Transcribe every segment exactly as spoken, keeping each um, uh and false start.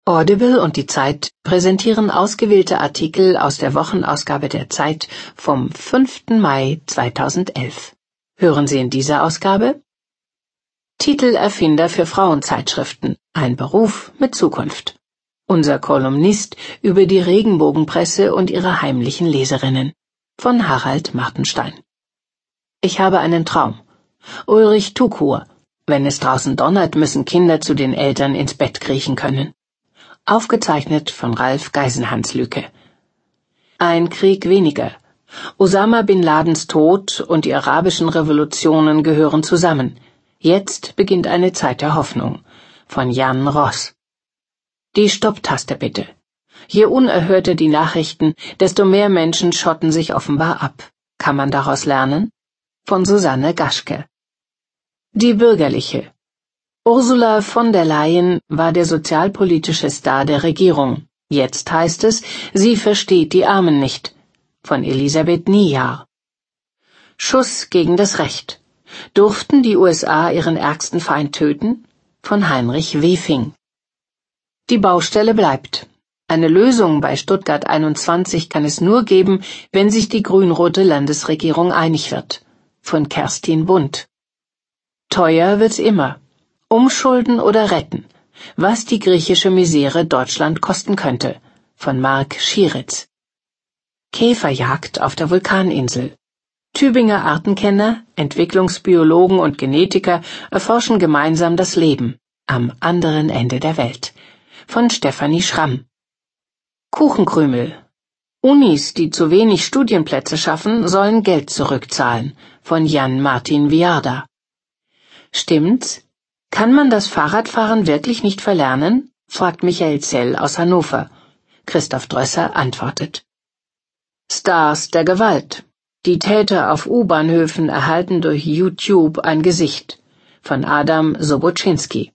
Audible und die Zeit präsentieren ausgewählte Artikel aus der Wochenausgabe der Zeit vom fünften Mai zweitausendelf. Hören Sie in dieser Ausgabe: Titelerfinder für Frauenzeitschriften, ein Beruf mit Zukunft. Unser Kolumnist über die Regenbogenpresse und ihre heimlichen Leserinnen, von Harald Martenstein. Ich habe einen Traum. Ulrich Tukur. Wenn es draußen donnert, müssen Kinder zu den Eltern ins Bett kriechen können. Aufgezeichnet von Ralf Geisenhans-Lüke. Ein Krieg weniger. Osama bin Ladens Tod und die arabischen Revolutionen gehören zusammen. Jetzt beginnt eine Zeit der Hoffnung. Von Jan Ross. Die Stopptaste bitte. Je unerhörter die Nachrichten, desto mehr Menschen schotten sich offenbar ab. Kann man daraus lernen? Von Susanne Gaschke. Die Bürgerliche. Ursula von der Leyen war der sozialpolitische Star der Regierung. Jetzt heißt es, sie versteht die Armen nicht. Von Elisabeth Niejahr. Schuss gegen das Recht. Durften die U S A ihren ärgsten Feind töten? Von Heinrich Wefing. Die Baustelle bleibt. Eine Lösung bei Stuttgart einundzwanzig kann es nur geben, wenn sich die grün-rote Landesregierung einig wird. Von Kerstin Bundt. Teuer wird's immer. Umschulden oder retten? Was die griechische Misere Deutschland kosten könnte. Von Marc Schieritz. Käferjagd auf der Vulkaninsel. Tübinger Artenkenner, Entwicklungsbiologen und Genetiker erforschen gemeinsam das Leben am anderen Ende der Welt. Von Stefanie Schramm. Kuchenkrümel. Unis, die zu wenig Studienplätze schaffen, sollen Geld zurückzahlen. Von Jan Martin Viarda. Stimmt's? Kann man das Fahrradfahren wirklich nicht verlernen? Fragt Michael Zell aus Hannover. Christoph Drösser antwortet. Stars der Gewalt. Die Täter auf U-Bahnhöfen erhalten durch YouTube ein Gesicht. Von Adam Sobocinski.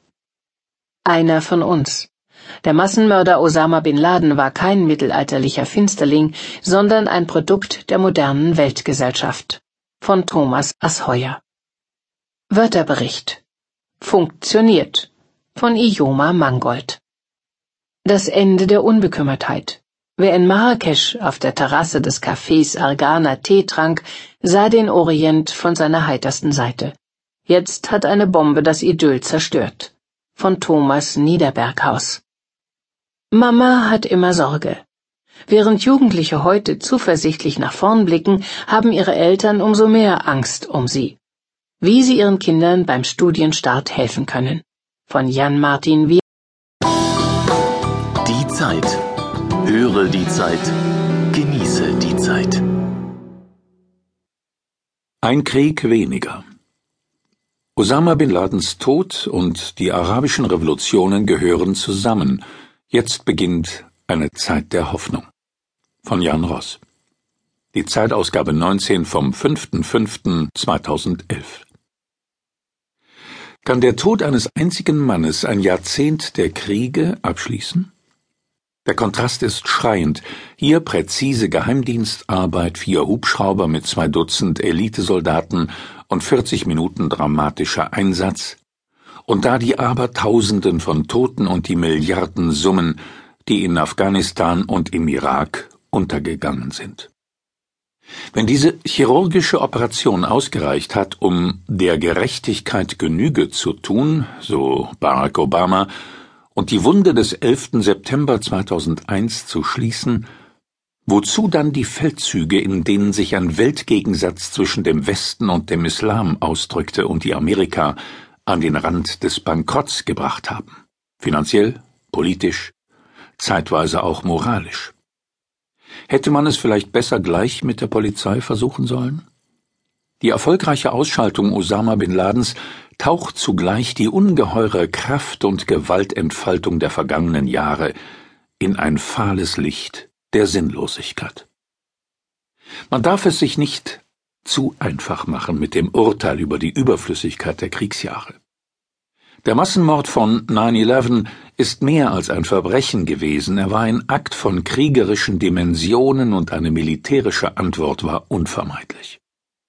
Einer von uns. Der Massenmörder Osama bin Laden war kein mittelalterlicher Finsterling, sondern ein Produkt der modernen Weltgesellschaft. Von Thomas Asheuer. Wörterbericht. Funktioniert. Von Ioma Mangold. Das Ende der Unbekümmertheit. Wer in Marrakesch auf der Terrasse des Cafés Argana Tee trank, sah den Orient von seiner heitersten Seite. Jetzt hat eine Bombe das Idyll zerstört. Von Thomas Niederberghaus. Mama hat immer Sorge. Während Jugendliche heute zuversichtlich nach vorn blicken, haben ihre Eltern umso mehr Angst um sie. Wie sie ihren Kindern beim Studienstart helfen können. Von Jan Martin Vier. Die Zeit. Höre die Zeit. Genieße die Zeit. Ein Krieg weniger. Osama bin Ladens Tod und die arabischen Revolutionen gehören zusammen. Jetzt beginnt eine Zeit der Hoffnung. Von Jan Ross. Die Zeitausgabe neunzehn vom fünften fünften zweitausendelf. Kann der Tod eines einzigen Mannes ein Jahrzehnt der Kriege abschließen? Der Kontrast ist schreiend. Hier präzise Geheimdienstarbeit, vier Hubschrauber mit zwei Dutzend Elitesoldaten und vierzig Minuten dramatischer Einsatz. Und da die Abertausenden von Toten und die Milliardensummen, die in Afghanistan und im Irak untergegangen sind. Wenn diese chirurgische Operation ausgereicht hat, um der Gerechtigkeit Genüge zu tun, so Barack Obama, und die Wunde des elften September zweitausendeins zu schließen, wozu dann die Feldzüge, in denen sich ein Weltgegensatz zwischen dem Westen und dem Islam ausdrückte und die Amerika an den Rand des Bankrotts gebracht haben, finanziell, politisch, zeitweise auch moralisch. Hätte man es vielleicht besser gleich mit der Polizei versuchen sollen? Die erfolgreiche Ausschaltung Osama bin Ladens taucht zugleich die ungeheure Kraft und Gewaltentfaltung der vergangenen Jahre in ein fahles Licht der Sinnlosigkeit. Man darf es sich nicht zu einfach machen mit dem Urteil über die Überflüssigkeit der Kriegsjahre. Der Massenmord von neun elf ist mehr als ein Verbrechen gewesen, er war ein Akt von kriegerischen Dimensionen und eine militärische Antwort war unvermeidlich.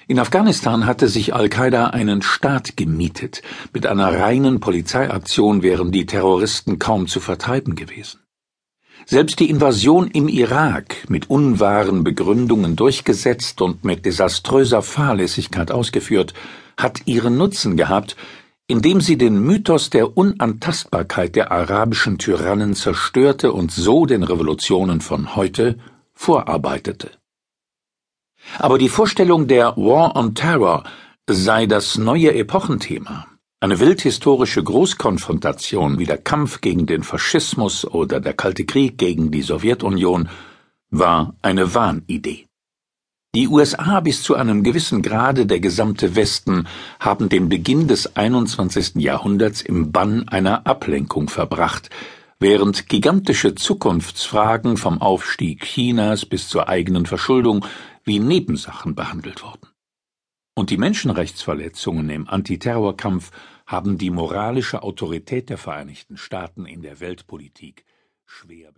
In Afghanistan hatte sich Al-Qaida einen Staat gemietet. Mit einer reinen Polizeiaktion wären die Terroristen kaum zu vertreiben gewesen. Selbst die Invasion im Irak, mit unwahren Begründungen durchgesetzt und mit desaströser Fahrlässigkeit ausgeführt, hat ihren Nutzen gehabt, indem sie den Mythos der Unantastbarkeit der arabischen Tyrannen zerstörte und so den Revolutionen von heute vorarbeitete. Aber die Vorstellung der War on Terror sei das neue Epochenthema, eine welthistorische Großkonfrontation wie der Kampf gegen den Faschismus oder der Kalte Krieg gegen die Sowjetunion, war eine Wahnidee. Die U S A bis zu einem gewissen Grade der gesamte Westen haben den Beginn des einundzwanzigsten Jahrhunderts im Bann einer Ablenkung verbracht, während gigantische Zukunftsfragen vom Aufstieg Chinas bis zur eigenen Verschuldung wie Nebensachen behandelt wurden. Und die Menschenrechtsverletzungen im Antiterrorkampf haben die moralische Autorität der Vereinigten Staaten in der Weltpolitik schwer